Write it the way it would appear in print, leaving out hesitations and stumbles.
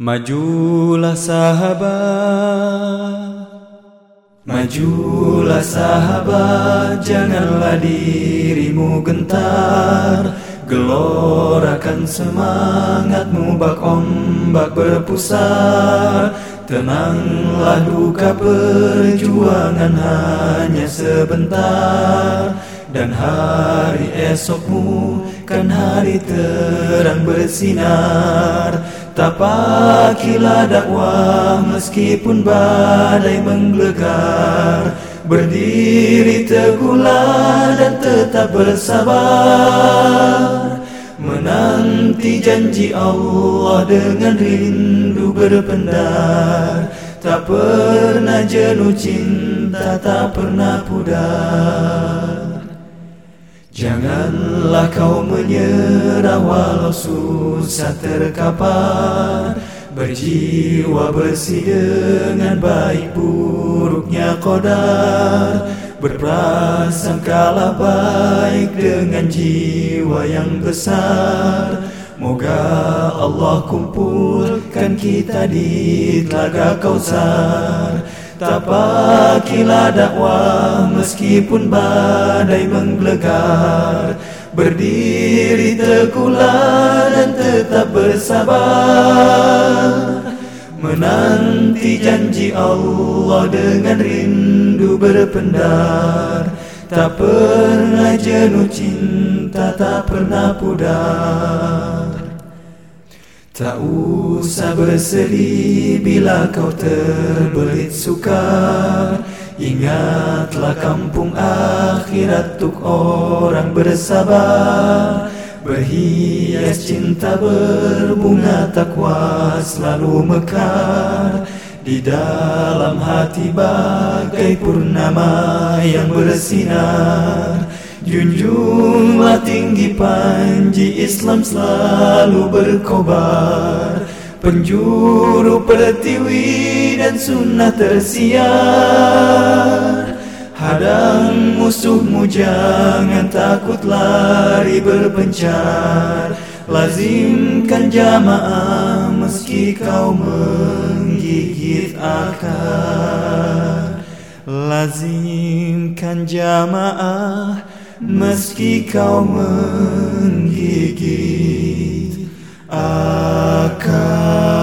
Majulah sahabat, majulah sahabat, janganlah dirimu gentar. Gelorakan semangatmu bak ombak berpusar. Tenanglah duka perjuangan hanya sebentar. Dan hari esokmu kan hari terang bersinar. Tapakilah dakwah meskipun badai menggelegar. Berdiri teguhlah dan tetap bersabar. Menanti janji Allah dengan rindu berpendar. Tak pernah jenuh cinta, tak pernah pudar. Janganlah kau menyerah walau susah terkapar. Berjiwa bersih dengan baik buruknya qadar. Berprasangkalah baik dengan jiwa yang besar. Moga Allah kumpulkan kita di Telaga Kautsar. Tapakilah dakwah meskipun badai menggelegar. Berdiri teguhlah dan tetap bersabar. Menanti janji Allah dengan rindu berpendar. Tak pernah jenuh cinta, tak pernah pudar. Tak usah bersedih bila kau terbelit sukar. Ingatlah kampung akhirat tuk orang bersabar. Berhias cinta berbunga takwa selalu mekar. Di dalam hati bagai purnama yang bersinar. Junjunglah tinggi panji Islam selalu berkobar. Penjuru pertiwi dan sunnah tersiar. Hadang musuhmu jangan takut lari berpencar. Lazimkan jamaah meski kau menggigit akar. Lazimkan jamaah meski kau menggigit akar.